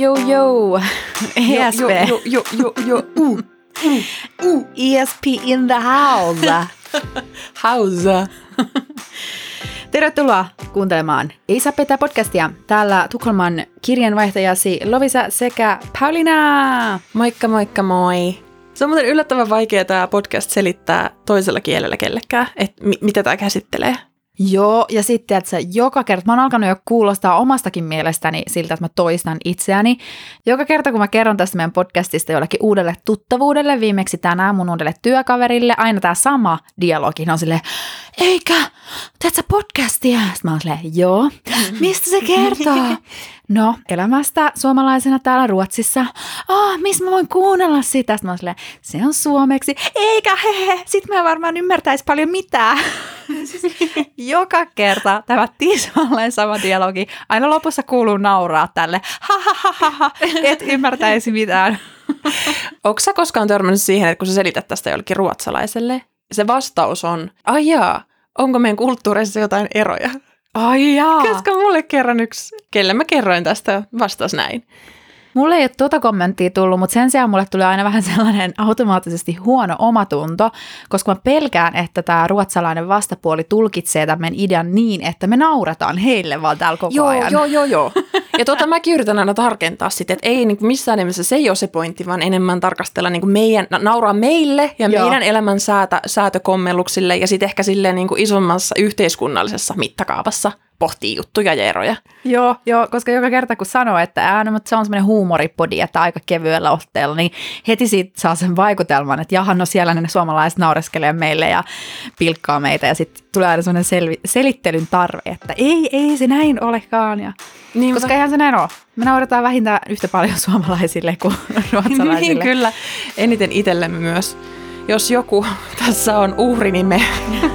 yo. ESP. ESP in the house. House. Tervetuloa kuuntelemaan Ei saa pettää podcastia. Täällä Tukholman kirjanvaihtajasi Lovisa sekä Pauliina. Moikka, moikka, moi. Se on muuten yllättävän vaikea tämä podcast selittää toisella kielellä kellekään, että mitä tämä käsittelee. Joo, ja sitten, että joka kerta, mä oon alkanut jo kuulostaa omastakin mielestäni siltä, että mä toistan itseäni. Joka kerta, kun mä kerron tästä meidän podcastista jollekin uudelle tuttavuudelle, viimeksi tänään mun uudelle työkaverille, aina tää sama dialogi on silleen, eikä, teet sä podcastia? Sitten mä oon silleen, joo, mistä se kertoo? No, elämästä suomalaisena täällä Ruotsissa. Missä mä voin kuunnella sitä? Sitten mä oon silleen, se on suomeksi. Eikä, hehe, sit mä varmaan ymmärtäis paljon mitään. Joka kerta tämä tismalleen sama dialogi. Aina lopussa kuuluu nauraa tälle. Ha, et ymmärtäisi mitään. Onko sä koskaan törmännyt siihen, että kun sä selität tästä jollekin ruotsalaiselle, se vastaus on, jaa, onko meidän kulttuureissa jotain eroja? Koska mulle kerran yksi, kelle mä kerroin tästä, vastasi näin. Mulle ei ole tuota kommenttia tullut, mutta sen sijaan mulle tuli aina vähän sellainen automaattisesti huono omatunto, koska mä pelkään, että tämä ruotsalainen vastapuoli tulkitsee tämän idean niin, että me naurataan heille vaan täällä koko ajan. Joo. Ja mäkin yritän aina tarkentaa sitten, että ei niin kuin missään nimessä se ei ole se pointti, vaan enemmän tarkastella niin kuin nauraa meille ja meidän elämän säätökommelluksille ja sitten ehkä silleen niin kuin isommassa yhteiskunnallisessa mittakaavassa pohtii juttuja ja eroja. Joo, koska joka kerta kun sanoo, että mutta se on semmoinen huumoripodi, että aika kevyellä otteella, niin heti siitä saa sen vaikutelman, että jaha, no siellä ne suomalaiset naureskelee meille ja pilkkaa meitä ja sitten tulee aina semmoinen selittelyn tarve, että ei se näin olekaan. Ja niin, koska eihän se näin ole. Me nauretaan vähintään yhtä paljon suomalaisille kuin ruotsalaisille. Niin, kyllä. Eniten itsellemme myös. Jos joku tässä on uhri, niin me.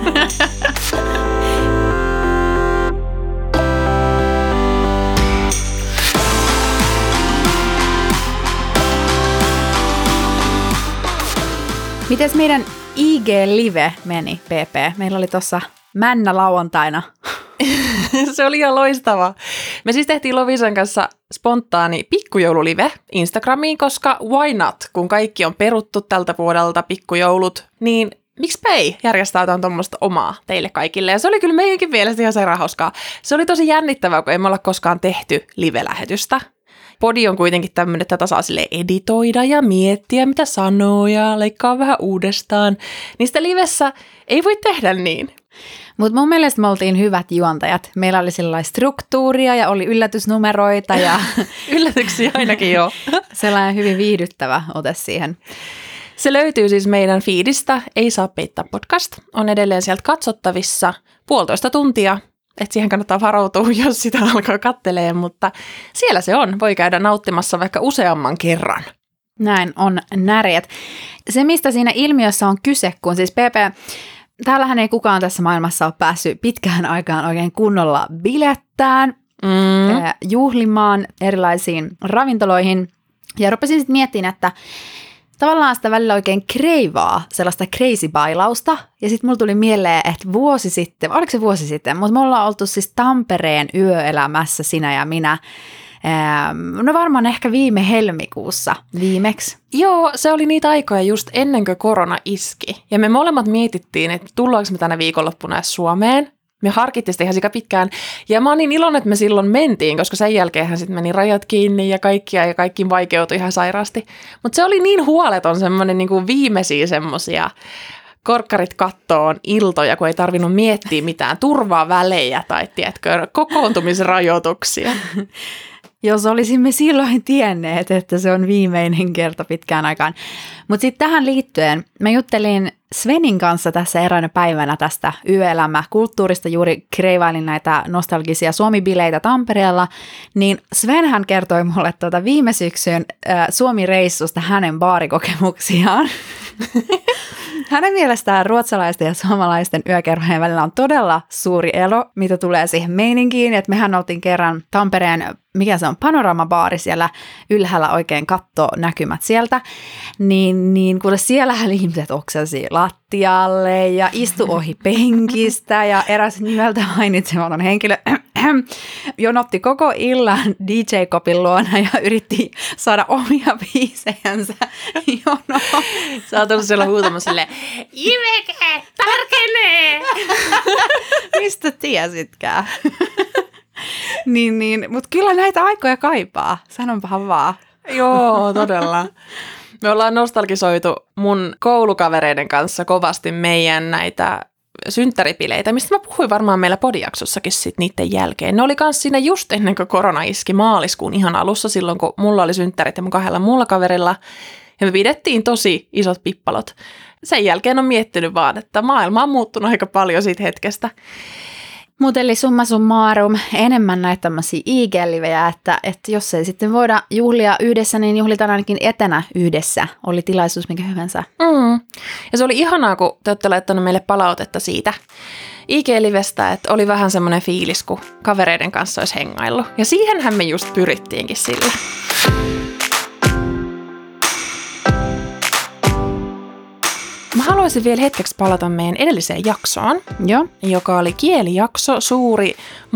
Mites meidän IG-live meni, PP? Meillä oli tuossa männä lauantaina. Se oli ihan loistava. Me siis tehtiin Lovisan kanssa spontaani pikkujoululive Instagramiin, koska why not? Kun kaikki on peruttu tältä vuodelta pikkujoulut, niin miksipä ei järjestää jotain tuommoista omaa teille kaikille. Ja se oli kyllä meidänkin mielestä ihan sairaan hauskaa. Se oli tosi jännittävää, kun ei me olla koskaan tehty live-lähetystä. Podi on kuitenkin tämmöinen, että tätä saa silleen editoida ja miettiä, mitä sanoo ja leikkaa vähän uudestaan. Niin sitä livessä ei voi tehdä niin. Mutta mun mielestä me oltiin hyvät juontajat. Meillä oli sellainen struktuuria ja oli yllätysnumeroita. Ja yllätyksiä ainakin joo. Sellainen hyvin viihdyttävä ote siihen. Se löytyy siis meidän feedistä. Ei saa peittää podcast. On edelleen sieltä katsottavissa 1,5 tuntia. Että siihen kannattaa varautua, jos sitä alkaa katselemaan, mutta siellä se on. Voi käydä nauttimassa vaikka useamman kerran. Näin on närjet. Se, mistä siinä ilmiössä on kyse, kun siis PP, täällähän ei kukaan tässä maailmassa ole päässyt pitkään aikaan oikein kunnolla bilettään, juhlimaan erilaisiin ravintoloihin. Ja rupesin sitten miettimään, että tavallaan sitä välillä oikein kreivaa sellaista crazy bailausta. Ja sitten mulla tuli mieleen, että vuosi sitten, oliko se vuosi sitten, mutta me ollaan oltu siis Tampereen yöelämässä sinä ja minä. No varmaan ehkä viime helmikuussa viimeksi. Joo, se oli niitä aikoja just ennen kuin korona iski. Ja me molemmat mietittiin, että tullaanko me tänä viikonloppuna edes Suomeen. Me harkittiin sitä ihan sika pitkään. Ja mä oon niin iloinen, että me silloin mentiin, koska sen jälkeenhän sitten meni rajat kiinni ja kaikkiin vaikeutui ihan sairaasti. Mutta se oli niin huoleton semmoinen niin kuin viimeisiä semmoisia korkkarit kattoon iltoja, kun ei tarvinnut miettiä mitään turvaa välejä tai tiedätkö, kokoontumisrajoituksia. Jos olisimme silloin tienneet, että se on viimeinen kerta pitkään aikaan. Mutta sitten tähän liittyen mä juttelin Svenin kanssa tässä eräänä päivänä tästä yöelämäkulttuurista, juuri kreivailin näitä nostalgisia Suomi-bileitä Tampereella, niin Svenhän kertoi mulle viime syksyn Suomi-reissusta hänen baarikokemuksiaan. Hänen mielestään ruotsalaisten ja suomalaisten yökerhojen välillä on todella suuri ero, mitä tulee siihen meininkiin, että mehän oltiin kerran Tampereen, mikä se on, panoramabaari siellä ylhäällä oikein näkymät sieltä, niin kuule siellähän ihmiset oksasi lattialle ja istu ohi penkistä ja eräs nimeltä mainitsematon henkilö jonotti koko illan DJ-kopin luona ja yritti saada omia biisejänsä jonoon. Sä oot ollut siellä huutamassa silleen, Iveke, tarkenee! Mistä tiesitkään? niin, mutta kyllä näitä aikoja kaipaa, sanonpahan vaan. Joo, todella. Me ollaan nostalgisoitu mun koulukavereiden kanssa kovasti meidän näitä synttäripileitä, mistä mä puhuin varmaan meillä podijaksossakin sit niiden jälkeen. Ne oli kans siinä just ennen kuin korona iski maaliskuun ihan alussa, silloin kun mulla oli synttärit ja mun 2 muulla kaverilla. Ja me pidettiin tosi isot pippalot. Sen jälkeen on miettinyt vaan, että maailma on muuttunut aika paljon siitä hetkestä. Mutta eli summa summarum, enemmän näitä tämmöisiä IG-livejä, että jos ei sitten voida juhlia yhdessä, niin juhlitaan ainakin etänä yhdessä. Oli tilaisuus mikä hyvänsä. Ja se oli ihanaa, kun te olette laittanut meille palautetta siitä IG-livestä, että oli vähän semmoinen fiilis, kun kavereiden kanssa olisi hengaillut. Ja siihenhän me just pyrittiinkin sillä. Mä haluaisin vielä hetkeksi palata meidän edelliseen jaksoon, Joo. joka oli kielijakso, suuri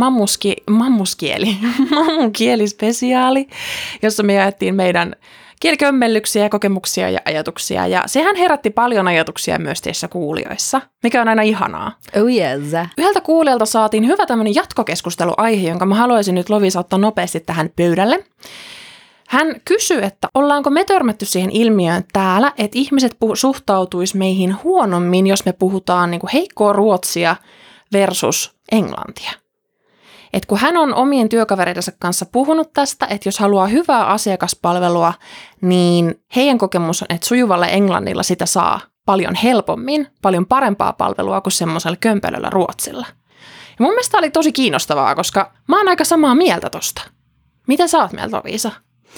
mammukielispesiaali, jossa me jaettiin meidän kielikömmellyksiä, kokemuksia ja ajatuksia. Ja sehän herätti paljon ajatuksia myös teissä kuulijoissa, mikä on aina ihanaa. Oh yes. Yhdeltä kuulijalta saatiin hyvä tämmöinen jatkokeskusteluaihe, jonka mä haluaisin nyt Lovisa ottaa nopeasti tähän pöydälle. Hän kysyi, että ollaanko me törmätty siihen ilmiöön täällä, että ihmiset suhtautuisi meihin huonommin, jos me puhutaan niin kuin heikkoa ruotsia versus englantia. Et kun hän on omien työkavereidensa kanssa puhunut tästä, että jos haluaa hyvää asiakaspalvelua, niin heidän kokemus on, että sujuvalla englannilla sitä saa paljon helpommin, paljon parempaa palvelua kuin semmoisella kömpelöllä ruotsilla. Ja mun mielestä oli tosi kiinnostavaa, koska mä oon aika samaa mieltä tosta. Mitä sä oot mieltä, Lovisa?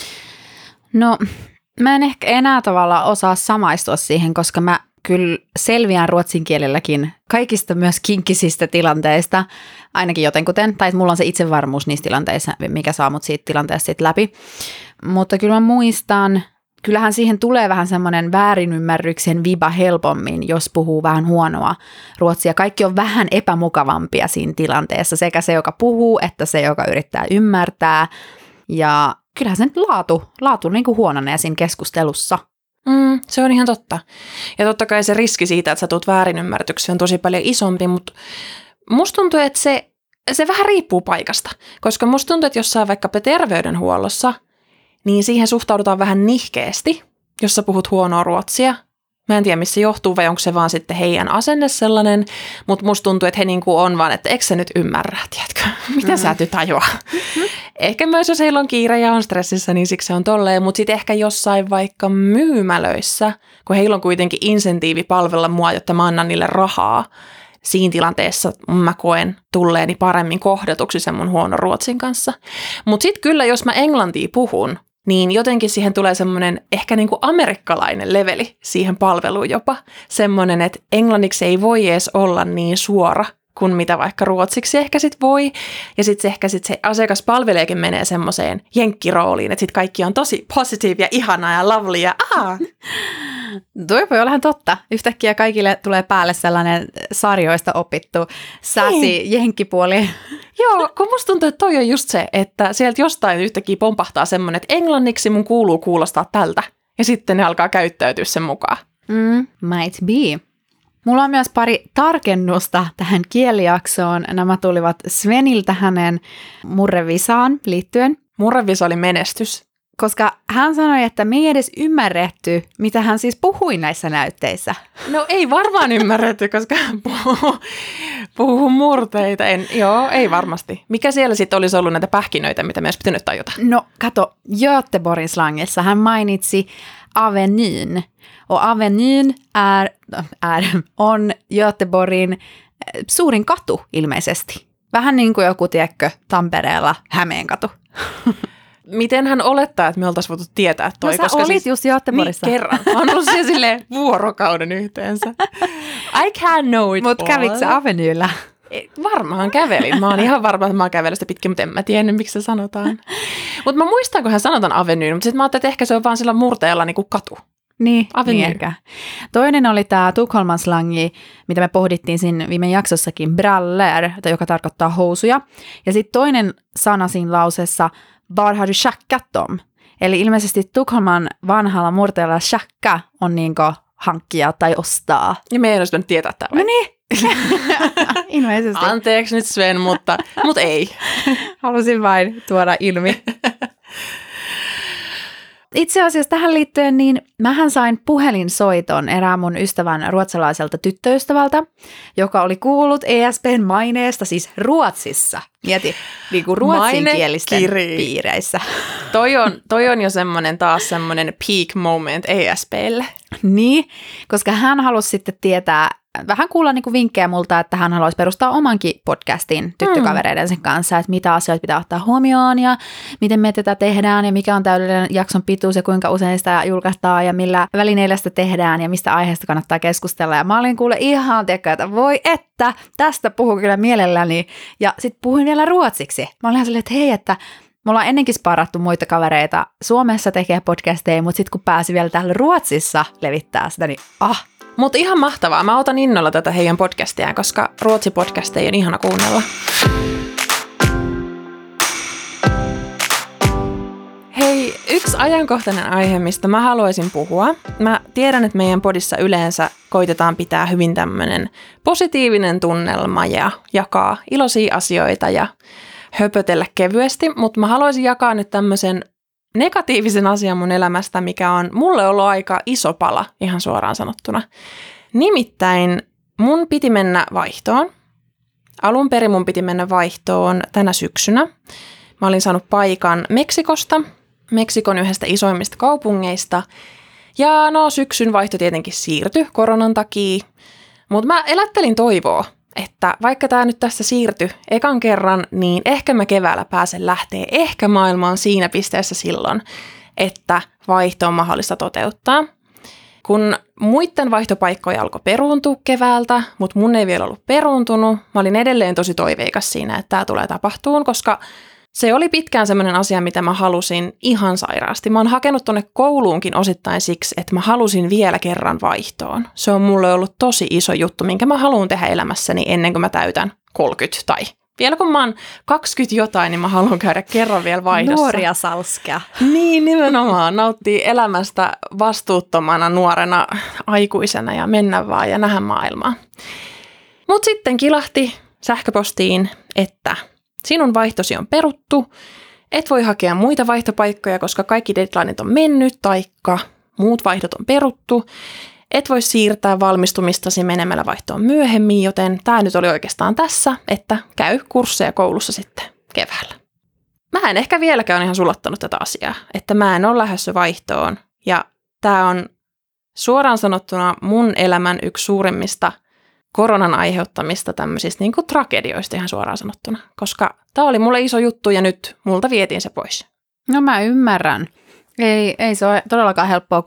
No, mä en ehkä enää tavallaan osaa samaistua siihen, koska mä kyllä selviän ruotsin kielelläkin kaikista myös kinkkisistä tilanteista, ainakin jotenkuten, tai mulla on se itsevarmuus niissä tilanteissa, mikä saa mut siitä tilanteesta sit läpi. Mutta kyllä mä muistan, kyllähän siihen tulee vähän semmoinen väärinymmärryksen viba helpommin, jos puhuu vähän huonoa ruotsia. Kaikki on vähän epämukavampia siinä tilanteessa, sekä se, joka puhuu, että se, joka yrittää ymmärtää. Ja kyllähän se nyt laatu niin kuin huononee siinä keskustelussa. Se on ihan totta. Ja totta kai se riski siitä, että sä tulet väärinymmärrykseen on tosi paljon isompi, mutta musta tuntuu, että se vähän riippuu paikasta. Koska musta tuntuu, että jossain vaikkapa terveydenhuollossa, niin siihen suhtaudutaan vähän nihkeästi, jos sä puhut huonoa ruotsia. Mä en tiedä, missä se johtuu, vai onko se vaan sitten heidän asenne sellainen, mutta musta tuntuu, että he niinku on vaan, että eikö sä nyt ymmärrä, tiedätkö? Mitä sä et tajua? Ehkä myös, jos heillä on kiire ja on stressissä, niin siksi se on tolleen, mutta sitten ehkä jossain vaikka myymälöissä, kun heillä on kuitenkin insentiivi palvella mua, jotta mä annan niille rahaa, siinä tilanteessa mä koen tulleeni paremmin kohdatuksi sen mun huonon ruotsin kanssa. Mutta sitten kyllä, jos mä englantia puhun, niin jotenkin siihen tulee semmoinen ehkä niin kuin amerikkalainen leveli siihen palveluun jopa. Semmoinen, että englanniksi ei voi edes olla niin suora kuin mitä vaikka ruotsiksi ehkä sit voi. Ja sitten ehkä se asiakaspalvelijakin menee semmoiseen jenkkirooliin, että sitten kaikki on tosi positive ja ihanaa ja lovely ja Tuo voi olla ihan totta. Yhtäkkiä kaikille tulee päälle sellainen sarjoista opittu säsi jenkkipuoli. Joo, kun musta tuntuu, että toi on just se, että sieltä jostain yhtäkkiä pompahtaa semmoinen, että englanniksi mun kuuluu kuulostaa tältä. Ja sitten ne alkaa käyttäytyä sen mukaan. Might be. Mulla on myös pari tarkennusta tähän kielijaksoon. Nämä tulivat Sveniltä hänen murrevisaan liittyen. Murrevisa oli menestys. Koska hän sanoi, että me ei edes ymmärretty, mitä hän siis puhui näissä näytteissä. No ei varmaan ymmärretty, koska hän puhuu murteita. Joo, ei varmasti. Mikä siellä sitten olisi ollut näitä pähkinöitä, mitä me olisi pitänyt tajuta? No kato, Göteborgin slangissa hän mainitsi Avenyn. Och Avenyn on Göteborgin suurin katu ilmeisesti. Vähän niin kuin joku, tiedätkö, Tampereella Hämeenkatu. Miten hän olettaa, että me oltaisiin voitu tietää toi? No sä koska olit siis, just Göteborgissa. Niin kerran. Mä oon ollut siellä silleen vuorokauden yhteensä. I can't know it Mut kävitkö sä Avenyllä? Varmaan kävelin. Mä oon ihan varma, että mä oon kävellyt sitä pitkin, mutta en mä tiennyt, miksi se sanotaan. Mutta mä muistan, kun hän sanotaan Avenyn, mutta sitten mä ajattelin, että ehkä se on vaan sillä murteella niin kuin katu. Niin Avenue. ehkä. Toinen oli tämä Tukholman slangi, mitä me pohdittiin siinä viime jaksossakin, brallor, joka tarkoittaa housuja. Ja sitten toinen sana siinä lauseessa, var har du schackat dem? Eli ilmeisesti Tukholman vanhalla murteella schacka on niinku hankkia tai ostaa. Ja meidän olisi pitänyt tietää tämä. No niin. Ilmeisesti. Anteeksi nyt Sven, mutta ei. Halusin vain tuoda ilmi. Itse asiassa tähän liittyen, niin mähän sain puhelinsoiton erään mun ystävän ruotsalaiselta tyttöystävältä, joka oli kuullut ESPn maineesta siis Ruotsissa. Mieti, niin kuin ruotsinkielisten piireissä. Toi on jo semmoinen peak moment ESPlle. Niin, koska hän halusi sitten tietää, vähän kuulla niin kuin vinkkejä multa, että hän haluaisi perustaa omankin podcastin tyttökavereidensa kanssa, että mitä asioita pitää ottaa huomioon ja miten me tätä tehdään ja mikä on täydellinen jakson pituus ja kuinka usein sitä julkaistaan ja millä välineillä sitä tehdään ja mistä aiheesta kannattaa keskustella. Ja mä olin kuule ihan että voi että, tästä puhuu kyllä mielelläni. Ja sitten puhuin vielä ruotsiksi. Mä olin ihan silleen, että hei, että me ollaan ennenkin sparattu muita kavereita Suomessa tekee podcasteja, mutta sitten kun pääsi vielä täällä Ruotsissa levittää sitä, niin Mutta ihan mahtavaa. Mä otan innolla tätä heidän podcastiaan, koska Ruotsi-podcasteja on ihana kuunnella. Hei, yksi ajankohtainen aihe, mistä mä haluaisin puhua. Mä tiedän, että meidän podissa yleensä koitetaan pitää hyvin tämmöinen positiivinen tunnelma ja jakaa iloisia asioita ja höpötellä kevyesti, mutta mä haluaisin jakaa nyt tämmöisen negatiivisen asian mun elämästä, mikä on mulle ollut aika iso pala, ihan suoraan sanottuna. Nimittäin mun piti mennä vaihtoon. Alun perin mun piti mennä vaihtoon tänä syksynä. Mä olin saanut paikan Meksikosta, Meksikon yhdestä isoimmista kaupungeista. Ja no syksyn vaihto tietenkin siirtyi koronan takia, mutta mä elättelin toivoa, että vaikka tämä nyt tässä siirtyi ekan kerran, niin ehkä mä keväällä pääsen lähteä ehkä maailmaan siinä pisteessä silloin, että vaihto on mahdollista toteuttaa. Kun muiden vaihtopaikkoja alkoi peruuntua keväältä, mutta mun ei vielä ollut peruuntunut, mä olin edelleen tosi toiveikas siinä, että tämä tulee tapahtumaan, koska se oli pitkään semmoinen asia, mitä mä halusin ihan sairaasti. Mä oon hakenut tonne kouluunkin osittain siksi, että mä halusin vielä kerran vaihtoon. Se on mulle ollut tosi iso juttu, minkä mä haluan tehdä elämässäni ennen kuin mä täytän 30 tai vielä kun mä oon 20 jotain, niin mä haluan käydä kerran vielä vaihdossa. Nuoria salskea. Niin, nimenomaan. Nauttii elämästä vastuuttomana nuorena aikuisena ja mennä vaan ja nähdä maailmaa. Mut sitten kilahti sähköpostiin, että sinun vaihtosi on peruttu, et voi hakea muita vaihtopaikkoja, koska kaikki deadlineit on mennyt, taikka muut vaihdot on peruttu. Et voi siirtää valmistumistasi menemällä vaihtoon myöhemmin, joten tämä nyt oli oikeastaan tässä, että käy kursseja koulussa sitten keväällä. Mä en ehkä vieläkään ihan sulattanut tätä asiaa, että mä en ole lähdössä vaihtoon. Ja tämä on suoraan sanottuna mun elämän yksi suurimmista koronan aiheuttamista tämmöisistä niin kuin tragedioista ihan suoraan sanottuna, koska tämä oli mulle iso juttu ja nyt multa vietiin se pois. No mä ymmärrän. Ei se ole todellakaan helppoa,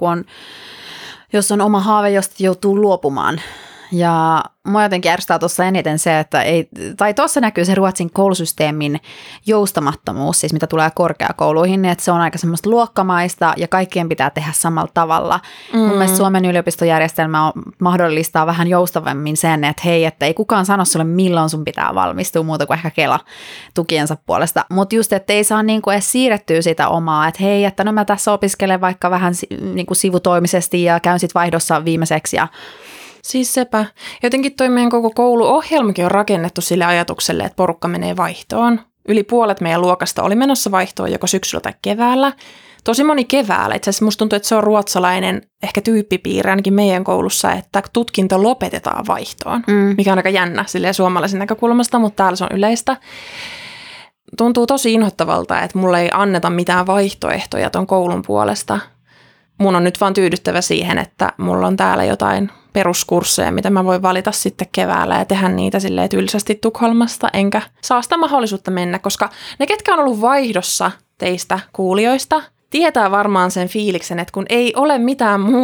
jos on oma haave, josta joutuu luopumaan. Ja mua jotenkin ärsyttää tuossa eniten se, että tuossa näkyy se Ruotsin koulusysteemin joustamattomuus, siis mitä tulee korkeakouluihin, että se on aika semmoista luokkamaista ja kaikkien pitää tehdä samalla tavalla. Mun mielestä Suomen yliopistojärjestelmä mahdollistaa vähän joustavammin sen, että hei, että ei kukaan sano sulle milloin sun pitää valmistua muuta kuin ehkä Kela tukiensa puolesta. Mutta just, että ei saa niinku edes siirrettyä sitä omaa, että hei, että no mä tässä opiskelen vaikka vähän niinku sivutoimisesti ja käyn sit vaihdossa viimeiseksi ja siis sepä. Jotenkin toi meidän koko kouluohjelmakin on rakennettu sille ajatukselle, että porukka menee vaihtoon. Yli puolet meidän luokasta oli menossa vaihtoon joko syksyllä tai keväällä. Tosi moni keväällä. Itse asiassa musta tuntuu, että se on ruotsalainen ehkä tyyppipiirre ainakin meidän koulussa, että tutkinto lopetetaan vaihtoon. Mikä on aika jännä silleen suomalaisen näkökulmasta, mutta täällä se on yleistä. Tuntuu tosi inhottavalta, että mulle ei anneta mitään vaihtoehtoja ton koulun puolesta. Mun on nyt vaan tyydyttävä siihen, että mulla on täällä jotain peruskursseja, mitä mä voin valita sitten keväällä ja tehdä niitä silleen tylsästi Tukholmasta, enkä saa sitä mahdollisuutta mennä, koska ne, ketkä on ollut vaihdossa teistä kuulijoista, tietää varmaan sen fiiliksen, että kun ei ole mitään muuta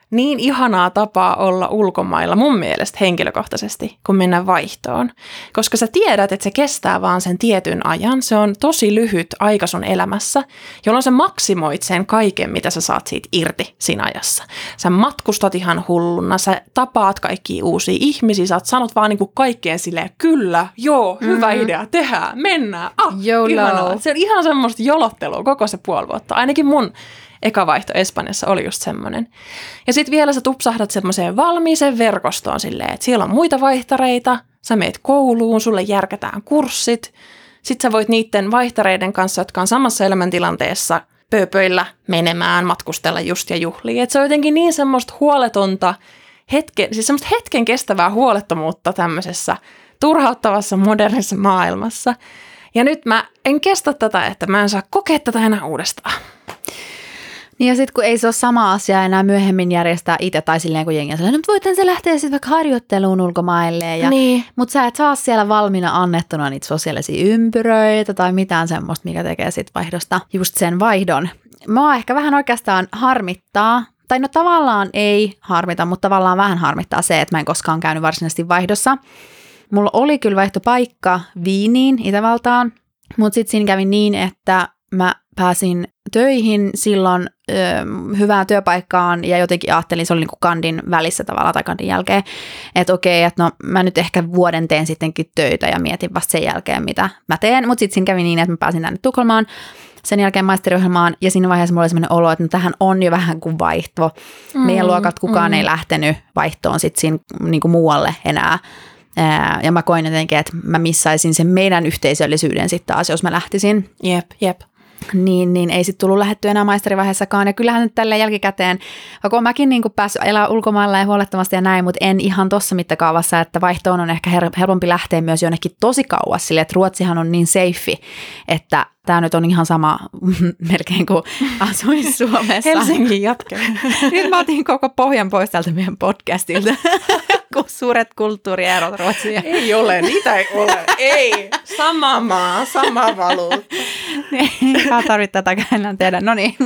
niin ihanaa tapaa olla ulkomailla mun mielestä henkilökohtaisesti, kun mennään vaihtoon. Koska sä tiedät, että se kestää vaan sen tietyn ajan. Se on tosi lyhyt aika sun elämässä, jolloin sä maksimoit sen kaiken, mitä sä saat siitä irti siinä ajassa. Sä matkustat ihan hulluna, sä tapaat kaikkia uusia ihmisiä, sä sanot vaan niin kuin kaikkeen silleen, kyllä, joo, hyvä idea, tehdään, mennään, ihanaa. Se on ihan semmoista jolottelua koko se puoli vuotta. Ainakin mun eka vaihto Espanjassa oli just semmoinen. Ja sitten vielä sä tupsahdat semmoiseen valmiiseen verkostoon silleen, että siellä on muita vaihtareita, sä meet kouluun, sulle järkätään kurssit. Sitten sä voit niiden vaihtareiden kanssa, jotka on samassa elämäntilanteessa, pööpöillä menemään, matkustella just ja juhliin. Että se on jotenkin niin semmoista huoletonta, siis semmoista hetken kestävää huolettomuutta tämmöisessä turhauttavassa modernissa maailmassa. Ja nyt mä en kestä tätä, että mä en saa kokea tätä enää uudestaan. Niin ja sitten kun ei se ole sama asia enää myöhemmin järjestää itse tai silleen kun jengi on sellainen, no voithan se lähteä sitten vaikka harjoitteluun ulkomaille. Niin. Mutta sä et saa siellä valmiina annettuna niitä sosiaalisia ympyröitä tai mitään semmoista, mikä tekee sitten vaihdosta just sen vaihdon. Mua ehkä vähän oikeastaan harmittaa, tai no tavallaan ei harmita, mutta tavallaan vähän harmittaa se, että mä en koskaan käynyt varsinaisesti vaihdossa. Mulla oli kyllä vaihtopaikka Viiniin, Itävaltaan, mutta sitten siinä kävi niin, että mä pääsin töihin silloin hyvään työpaikkaan ja jotenkin ajattelin, se oli niin kuin kandin välissä tavallaan tai kandin jälkeen, että okei, että no mä nyt ehkä vuoden teen sittenkin töitä ja mietin vasta sen jälkeen, mitä mä teen, mutta sitten siinä kävi niin, että mä pääsin tänne Tukholmaan, sen jälkeen maisteriohjelmaan ja siinä vaiheessa mulla oli sellainen olo, että no, tähän on jo vähän kuin vaihto. Meidän luokat kukaan ei lähtenyt vaihtoon sitten siinä niin kuin muualle enää. Ja mä koin jotenkin, että mä missaisin sen meidän yhteisöllisyyden sitten taas, jos mä lähtisin. Jep. Niin ei sitten tullut lähdettyä enää maisterivaiheessakaan. Ja kyllähän nyt tälleen jälkikäteen, vaikka mäkin niin päässyt elää ulkomailla ja huolettomasti ja näin, mutta en ihan tuossa mittakaavassa, että vaihtoon on ehkä helpompi lähteä myös jonnekin tosi kauas sille, että Ruotsihan on niin safe, että tämä nyt on ihan sama melkein kuin asuin Suomessa. Helsingin jatke. Nyt mä otin koko pohjan pois tältä meidän podcastilta, kun suuret kulttuurierot Ruotsia. Ei ole, niitä ei ole. Ei, sama maa, sama valuutta. Ei tarvitse tätäkään enää tehdä. No niin,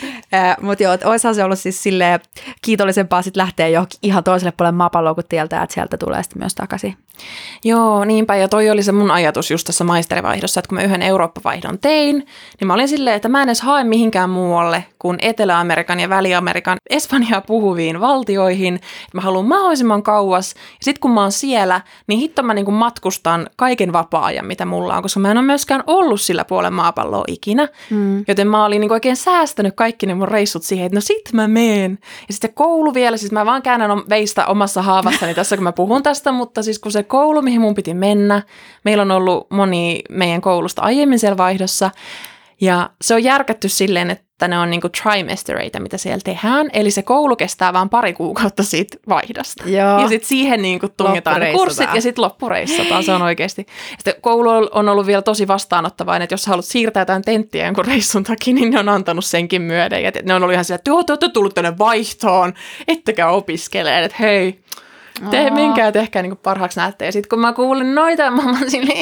mutta joo, olisihan se ollut siis silleen kiitollisempaa sitten lähteä johonkin ihan toiselle puolelle maapalloa kuin tieltä, että sieltä tulee sitten myös takaisin. Joo, niinpä. Ja toi oli se mun ajatus just tässä maisterivaihdossa, että kun mä yhden Eurooppa-vaihdon tein, niin mä olin silleen, että mä en edes hae mihinkään muualle kuin Etelä-Amerikan ja Väli-Amerikan Espanjaa puhuviin valtioihin. Mä haluan mahdollisimman kauas. Ja sit kun mä oon siellä, niin hitto mä niinku matkustan kaiken vapaa-ajan, mitä mulla on, koska mä en ole myöskään ollut sillä puolella maapalloa ikinä. Joten mä olin niinku oikein säästänyt kaikki ne mun reissut siihen, että no sit mä meen. Ja sitten koulu vielä, siis mä vaan käännän veistä omassa haavassani tässä, kun mä puhun tästä, mutta siis kun se koulu, mihin mun piti mennä, meillä on ollut moni meidän koulusta aiemmin siellä vaihdossa, ja se on järkätty silleen, että ne on niinku trimestereita, mitä siellä tehdään, eli se koulu kestää vaan 2 kuukautta siitä vaihdosta. Joo. Ja sitten siihen niinku tungetaan ne kurssit ja sitten loppureissataan, se on oikeasti. Sitten koulu on ollut vielä tosi vastaanottavainen, että jos haluat siirtää jotain tenttiä jonkun reissun takia, niin ne on antanut senkin myöden. Ja ne on ollut ihan sillä, että te olette tullut tänne vaihtoon, ettekä opiskele, että hei, menkää tehkää niin kuin parhaaksi näette. Ja sitten kun mä kuulin noita, mä olin silleen,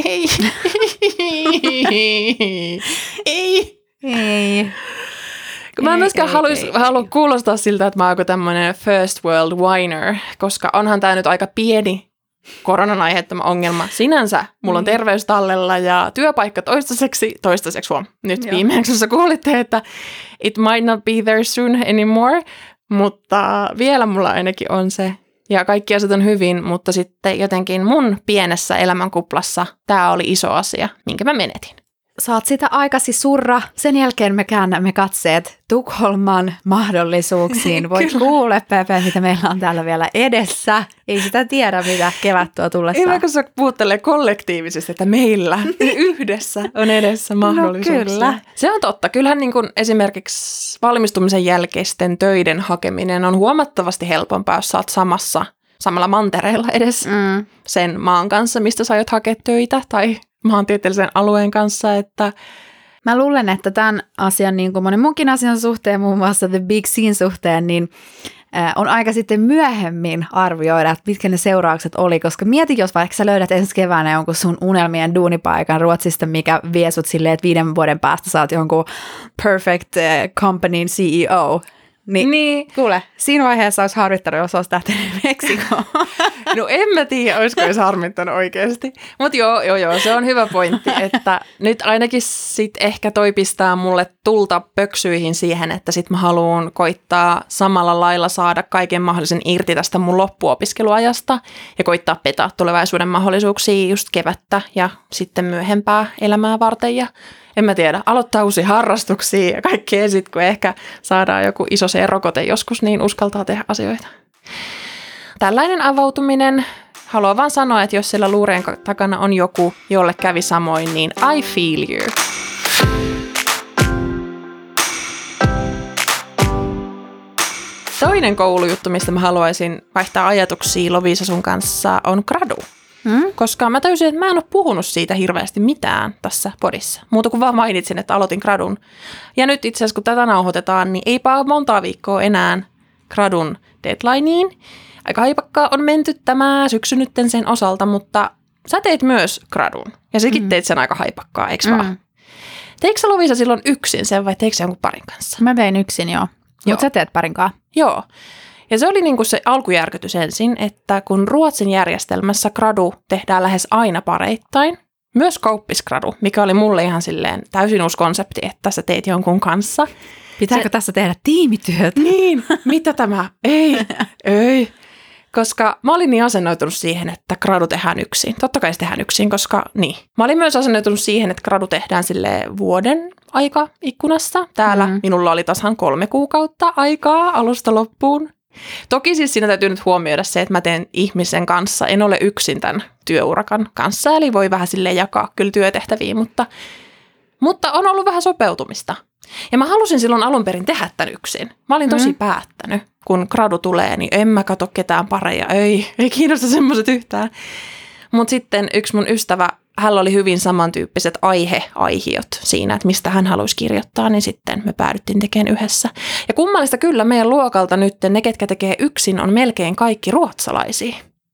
ei. Mä en myöskään halua kuulostaa siltä, että mä oon tämmöinen first world whiner, koska onhan tää nyt aika pieni koronan aiheuttama ongelma. Sinänsä mulla on terveys tallella ja työpaikka toistaiseksi nyt viimeksi, jos kuulitte, että it might not be there soon anymore, mutta vielä mulla ainakin on se. Ja kaikki asiat on hyvin, mutta sitten jotenkin mun pienessä elämänkuplassa tämä oli iso asia, minkä mä menetin. Saat sitä aikasi surra. Sen jälkeen me käännämme katseet Tukholman mahdollisuuksiin. Voit kuulla, Pepe, mitä meillä on täällä vielä edessä. Ei sitä tiedä, mitä kevät tuo tullessaan. Ei kun sä puhuttelee kollektiivisesti, että meillä yhdessä on edessä mahdollisuuksia. No kyllä. Se on totta. Kyllähän niin kuin esimerkiksi valmistumisen jälkeisten töiden hakeminen on huomattavasti helpompaa, jos sä oot samalla mantereella edes sen maan kanssa, mistä sä aiot hakea töitä tai maantieteellisen alueen kanssa, että mä luulen, että tämän asian, niin kuin monen munkin asian suhteen, muun muassa The Big Scene suhteen, niin on aika sitten myöhemmin arvioida, että mitkä ne seuraukset oli, koska mieti, jos vaikka sä löydät ensi keväänä jonkun sun unelmien duunipaikan Ruotsista, mikä vie sut silleen, että 5 vuoden päästä sä oot jonkun perfect companyn CEO, Niin. Kuule, siinä vaiheessa olisi harmittanut, jos olisi lähtenyt Meksikoon. No en mä tiedä, olisiko edes harmittanut oikeasti. Mutta joo, se on hyvä pointti, että nyt ainakin sit ehkä toi pistää mulle tulta pöksyihin siihen, että sit mä haluan koittaa samalla lailla saada kaiken mahdollisen irti tästä mun loppuopiskeluajasta ja koittaa petaa tulevaisuuden mahdollisuuksia just kevättä ja sitten myöhempää elämää varten ja en mä tiedä, aloittaa uusia harrastuksia ja kaikkea sit, kun ehkä saadaan joku iso rokote joskus, niin uskaltaa tehdä asioita. Tällainen avautuminen, haluan vaan sanoa, että jos siellä luureen takana on joku, jolle kävi samoin, niin I feel you. Toinen koulujuttu, mistä mä haluaisin vaihtaa ajatuksia Loviisa sun kanssa, on gradu. Koska mä täysin, että mä en ole puhunut siitä hirveästi mitään tässä podissa. Muuta kuin vaan mainitsin, että aloitin gradun. Ja nyt itse asiassa, kun tätä nauhoitetaan, niin eipä ole montaa viikkoa enää gradun deadlineen. Aika haipakkaa on menty tämä syksy nytten sen osalta, mutta sä teit myös gradun. Ja säkin teit sen aika haipakkaa, eikö vaan? Teikö sä Loviisa silloin yksin sen vai teikö sä jonkun parin kanssa? Mä tein yksin, joo. Mutta sä teet parin kanssa. Joo. Ja se oli niinku se alkujärkytys ensin, että kun Ruotsin järjestelmässä gradu tehdään lähes aina pareittain, myös kauppisgradu, mikä oli mulle ihan silleen täysin uusi konsepti, että sä teet jonkun kanssa. Pitääkö tässä tehdä tiimityötä? Niin, mitä tämä? Ei. Koska mä olin niin asennoitunut siihen, että gradu tehdään yksin. Totta kai se tehdään yksin, koska niin. Mä olin myös asennoitunut siihen, että gradu tehdään silleen vuoden aikaikkunassa. Täällä minulla oli tasan 3 kuukautta aikaa alusta loppuun. Toki siis siinä täytyy nyt huomioida se, että mä teen ihmisen kanssa, en ole yksin tämän työurakan kanssa, eli voi vähän silleen jakaa kyllä työtehtäviä, mutta on ollut vähän sopeutumista. Ja mä halusin silloin alun perin tehdä tämän yksin. Mä olin tosi päättänyt, kun gradu tulee, niin en mä katso ketään pareja, ei kiinnosta semmoiset yhtään. Mutta sitten yksi mun ystävä, hänellä oli hyvin samantyyppiset aihiot siinä, että mistä hän haluaisi kirjoittaa, niin sitten me päädyttiin tekemään yhdessä. Ja kummallista kyllä meidän luokalta nyt ne, ketkä tekee yksin, on melkein kaikki ruotsalaisia.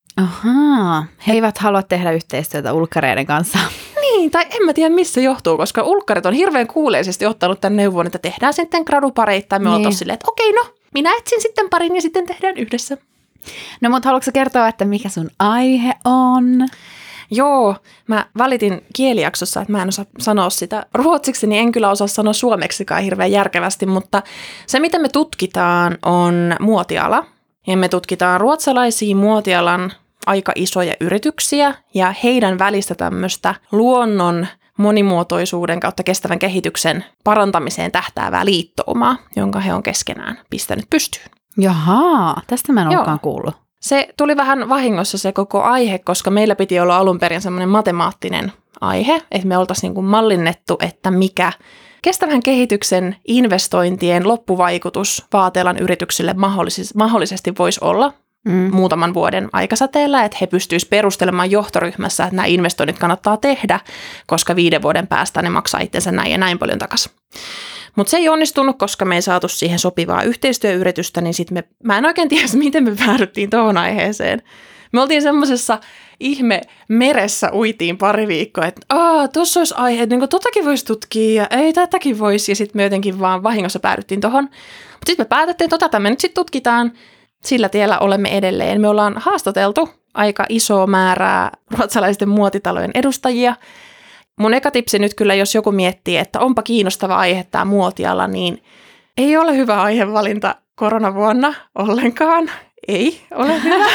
Ahaa, he eivät halua tehdä yhteistyötä ulkkareiden kanssa. Niin, tai en mä tiedä missä johtuu, koska ulkkarit on hirveän kuuleisesti ottanut tämän neuvon, että tehdään sitten gradupareittain. Me ollaan silleen, että okei, no, minä etsin sitten parin ja sitten tehdään yhdessä. No, mutta haluatko kertoa, että mikä sun aihe on? Joo, mä valitin kielijaksossa, että mä en osaa sanoa sitä ruotsiksi, niin en kyllä osaa sanoa suomeksikaan hirveän järkevästi, mutta se mitä me tutkitaan on muotiala. Ja me tutkitaan ruotsalaisia muotialan aika isoja yrityksiä ja heidän välistä tämmöistä luonnon monimuotoisuuden kautta kestävän kehityksen parantamiseen tähtäävää liittoumaa, jonka he on keskenään pistänyt pystyyn. Jahaa, tästä mä en olekaan kuullut. Se tuli vähän vahingossa se koko aihe, koska meillä piti olla alun perin semmoinen matemaattinen aihe, että me oltaisiin niin kuin mallinnettu, että mikä kestävän kehityksen investointien loppuvaikutus vaatealan yrityksille mahdollisesti voisi olla muutaman vuoden aikasäteellä, että he pystyisivät perustelemaan johtoryhmässä, että nämä investoinnit kannattaa tehdä, koska 5 vuoden päästä ne maksaa itsensä näin ja näin paljon takaisin. Mutta se ei onnistunut, koska me ei saatu siihen sopivaa yhteistyöyritystä, niin sitten mä en oikein tiedä, miten me päädyttiin tuohon aiheeseen. Me oltiin semmoisessa ihme meressä uitiin pari viikkoa, että tuossa olisi aihe, niin totakin voisi tutkia ja ei tätäkin voisi. Ja sitten me jotenkin vaan vahingossa päädyttiin tuohon. Mutta sitten me päätettiin, että tätä me nyt sitten tutkitaan. Sillä tiellä olemme edelleen. Me ollaan haastateltu aika isoa määrää ruotsalaisten muotitalojen edustajia. Mun eka tipsi nyt kyllä, jos joku miettii, että onpa kiinnostava aihe tämä muotiala, niin ei ole hyvä aihevalinta koronavuonna ollenkaan. Ei ole hyvä,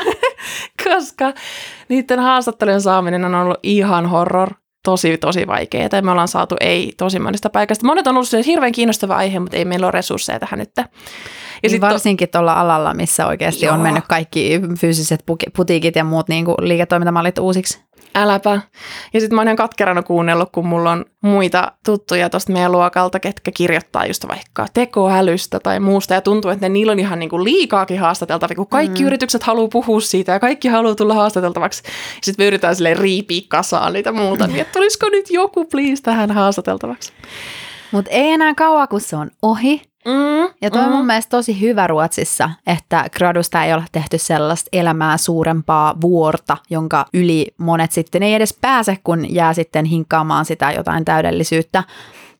koska niiden haastattelujen saaminen on ollut ihan horror. Tosi vaikeaa. Ja me ollaan saatu tosi monesta paikasta. Monet on ollut hirveän kiinnostava aihe, mutta ei meillä ole resursseja tähän nyt. Ja niin varsinkin tuolla alalla, missä oikeasti on mennyt kaikki fyysiset putiikit ja muut niin kuin liiketoimintamallit uusiksi. Äläpä. Ja sitten mä oon ihan katkerana kuunnellut, kun mulla on muita tuttuja tuosta meidän luokalta, ketkä kirjoittaa just vaikka tekoälystä tai muusta. Ja tuntuu, että niillä on ihan niin kuin liikaakin haastateltavia, kun kaikki yritykset haluaa puhua siitä ja kaikki haluaa tulla haastateltavaksi. Ja sitten me yritetään silleen riipiä kasaan niitä muuta, niin että tulisiko nyt joku please tähän haastateltavaksi. Mutta ei enää kauan, kun se on ohi. Ja toi on mun mielestä tosi hyvä Ruotsissa, että gradusta ei ole tehty sellaista elämää suurempaa vuorta, jonka yli monet sitten ei edes pääse, kun jää sitten hinkkaamaan sitä jotain täydellisyyttä.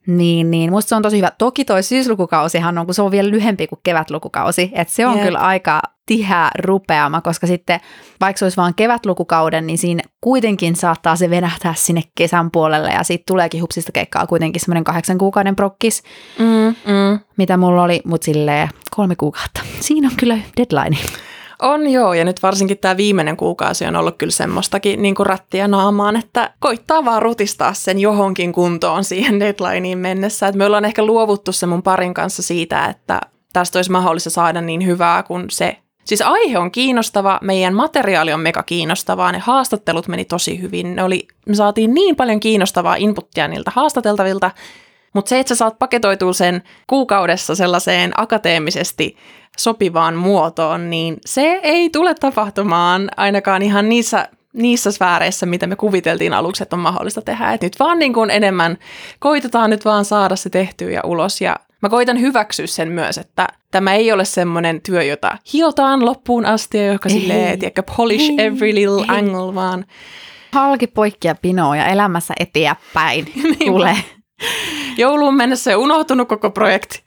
Niin. Musta se on tosi hyvä. Toki toi syyslukukausihan on, kun se on vielä lyhempi kuin kevätlukukausi. Että se on kyllä aika tiheä rupeama, koska sitten vaikka se olisi vaan kevätlukukauden, niin siinä kuitenkin saattaa se venähtää sinne kesän puolelle ja siitä tuleekin hupsista keikkaa kuitenkin semmoinen 8 kuukauden prokkis, mitä mulla oli, mutta silleen 3 kuukautta. Siinä on kyllä deadline. On joo, ja nyt varsinkin tämä viimeinen kuukausi on ollut kyllä semmoistakin niin kuin rättiä naamaan, että koittaa vaan rutistaa sen johonkin kuntoon siihen deadlineen mennessä. Et me ollaan ehkä luovuttu se mun parin kanssa siitä, että tästä olisi mahdollista saada niin hyvää kuin se. Siis aihe on kiinnostava, meidän materiaali on mega kiinnostavaa, ne haastattelut meni tosi hyvin. Me saatiin niin paljon kiinnostavaa inputtia niiltä haastateltavilta, mutta se, että sä saat paketoitua sen kuukaudessa sellaiseen akateemisesti sopivaan muotoon, niin se ei tule tapahtumaan ainakaan ihan niissä sfääreissä, mitä me kuviteltiin aluksi, että on mahdollista tehdä. Et nyt vaan niin kuin enemmän koitetaan nyt vaan saada se tehtyä ja ulos. Ja mä koitan hyväksyä sen myös, että tämä ei ole semmoinen työ, jota hiotaan loppuun asti ja joka silleen, tiedätkö, polish every little angle, vaan halki poikkia pinoa ja elämässä eteenpäin tulee. Jouluun mennessä on unohtunut koko projekti.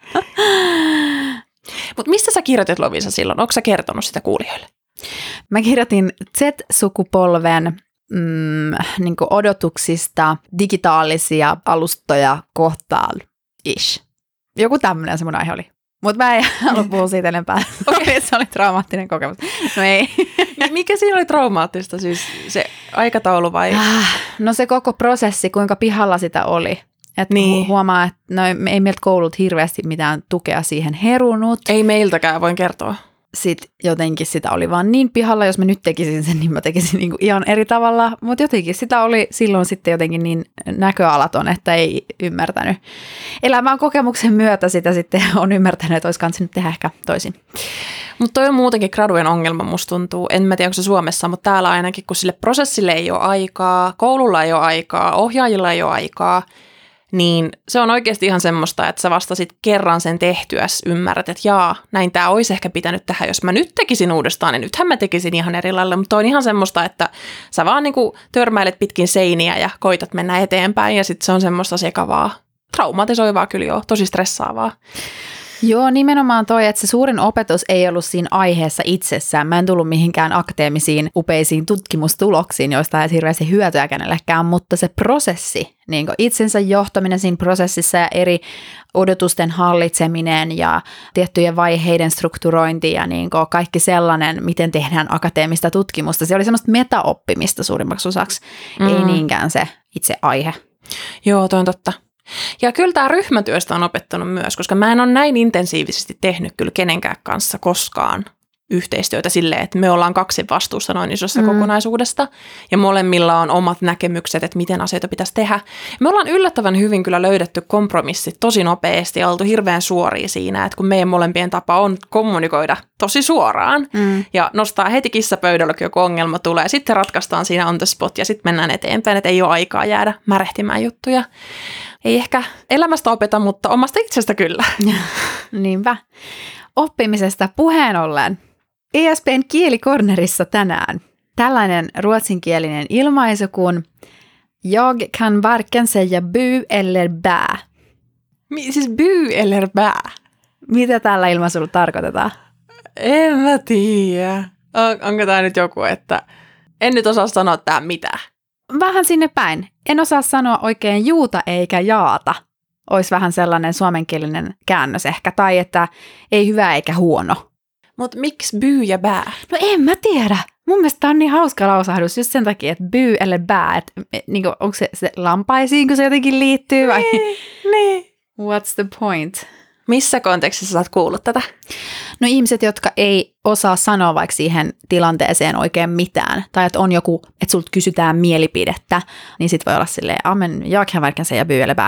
Mutta mistä sä kirjoitit, Lovisa, silloin? Onko sä kertonut sitä kuulijoille? Mä kirjoitin Z-sukupolven niin kuin odotuksista digitaalisia alustoja kohtaan ish. Joku tämmöinen se mun aihe oli. Mutta mä en halua puhua siitä enempää. Okay. Se oli traumaattinen kokemus. No ei. Mikä siinä oli traumaattista? Siis se aikataulu vai? No se koko prosessi, kuinka pihalla sitä oli. Että niin. Huomaa, että ei meiltä koulut hirveästi mitään tukea siihen herunut. Ei meiltäkään, voin kertoa. Sitten jotenkin sitä oli vaan niin pihalla, jos mä nyt tekisin sen, niin mä tekisin niinku ihan eri tavalla. Mutta jotenkin sitä oli silloin sitten jotenkin niin näköalaton, että ei ymmärtänyt. Elämän kokemuksen myötä sitä sitten on ymmärtänyt, että olisi kanssa nyt tehdä ehkä toisin. Mutta toi on muutenkin gradujen ongelma, musta tuntuu. En mä tiedä, onko se Suomessa, mutta täällä ainakin, kun sille prosessille ei ole aikaa, koululla ei ole aikaa, ohjaajilla ei ole aikaa, niin se on oikeasti ihan semmoista, että sä vasta sit kerran sen tehtyäs ymmärrät, että näin tää olisi ehkä pitänyt tehdä, jos mä nyt tekisin uudestaan, niin nythän mä tekisin ihan eri lailla, mutta on ihan semmoista, että sä vaan niinku törmäilet pitkin seiniä ja koitat mennä eteenpäin ja sitten se on semmoista sekavaa, traumatisoivaa kyllä joo, tosi stressaavaa. Joo, nimenomaan toi, että se suurin opetus ei ollut siinä aiheessa itsessään. Mä en tullut mihinkään akateemisiin, upeisiin tutkimustuloksiin, joista ei hirveästi hyötyä kenellekään, mutta se prosessi, niin kuin itsensä johtaminen siinä prosessissa ja eri odotusten hallitseminen ja tiettyjen vaiheiden strukturointi ja niin kuin kaikki sellainen, miten tehdään akateemista tutkimusta. Se oli semmoista metaoppimista suurimmaksi osaksi, ei niinkään se itse aihe. Joo, toi on totta. Ja kyllä tämä ryhmätyöstä on opettanut myös, koska mä en ole näin intensiivisesti tehnyt kyllä kenenkään kanssa koskaan yhteistyötä silleen, että me ollaan 2 vastuussa noin isosta kokonaisuudesta ja molemmilla on omat näkemykset, että miten asioita pitäisi tehdä. Me ollaan yllättävän hyvin kyllä löydetty kompromissit tosi nopeasti ja oltu hirveän suoria siinä, että kun meidän molempien tapa on kommunikoida tosi suoraan ja nostaa heti kissapöydällä, kun joku ongelma tulee, sitten ratkaistaan siinä on the spot ja sitten mennään eteenpäin, että ei ole aikaa jäädä märehtimään juttuja. Ei ehkä elämästä opeta, mutta omasta itsestä kyllä. Niinpä. Oppimisesta puheen ollen. ESPn kielikornerissa tänään tällainen ruotsinkielinen ilmaisu kuin jag kan varken säga bu eller bä. Siis bu eller bä? Mitä tällä ilmaisulla tarkoitetaan? En mä tiedä. Onko tämä nyt joku, että en nyt osaa sanoa tähän mitään? Vähän sinne päin. En osaa sanoa oikein juuta eikä jaata. Olisi vähän sellainen suomenkielinen käännös ehkä. Tai että ei hyvä eikä huono. Mutta miksi byy ja bää? No en mä tiedä. Mun mielestä tämä on niin hauska lausahdus just sen takia, että byy eller bää. Että niinku, onko se lampaisiin, kun se jotenkin liittyy vai? Niin. What's the point? Missä kontekstissa sä oot kuullut tätä? No ihmiset, jotka ei osaa sanoa vaikka siihen tilanteeseen oikein mitään. Tai että on joku, että sulta kysytään mielipidettä, niin sit voi olla silleen, amen, jag kan varken säga bu eller bää.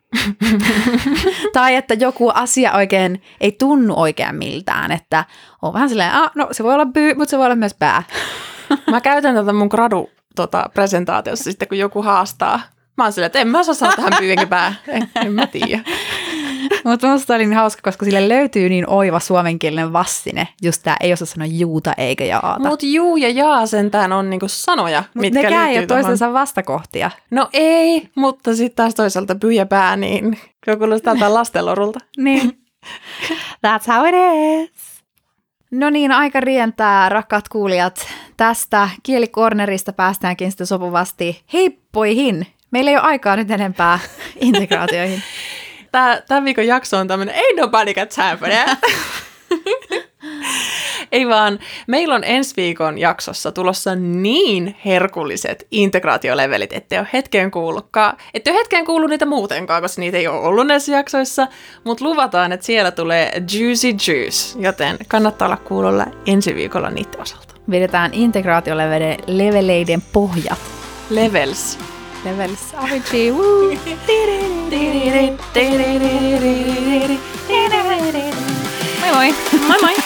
Tai että joku asia oikein ei tunnu oikein miltään, että on vähän silleen, no se voi olla byy, mutta se voi olla myös bää. Mä käytän tätä mun gradu-presentaatiossa sitten, kun joku haastaa. Mä oon silleen, että en mä osaa sanoa tähän byy enkä bää. En mä tiedä. Mutta musta oli niin hauska, koska sille löytyy niin oiva suomenkielinen vastine. Just tää ei osaa sanoa juuta eikä jaata. Mut juu ja jaa sentään on niinku sanoja, mitkä liittyy nekään ei ole toistensa vastakohtia. No ei, mutta sitten taas toisaalta pyhäpää, niin kuulostaa tältä lastenlorulta. Niin. That's how it is. No niin, aika rientää, rakkaat kuulijat. Tästä kielikornerista päästäänkin sitten sopuvasti heippoihin. Meillä ei ole aikaa nyt enempää integraatioihin. Tämän viikon jakso on tämmöinen, ain't nobody got time for that. Ei vaan, meillä on ensi viikon jaksossa tulossa niin herkulliset integraatiolevelit, ettei ole hetkeen kuullutkaan. Ettei ole hetkeen kuullut niitä muutenkaan, koska niitä ei ole ollut näissä jaksoissa, mutta luvataan, että siellä tulee juicy juice, joten kannattaa olla kuulolla ensi viikolla niiden osalta. Vedetään integraatioleveleiden pohjat. Levels. Levels. Avicii. Woo. Moi moi. Moi moi.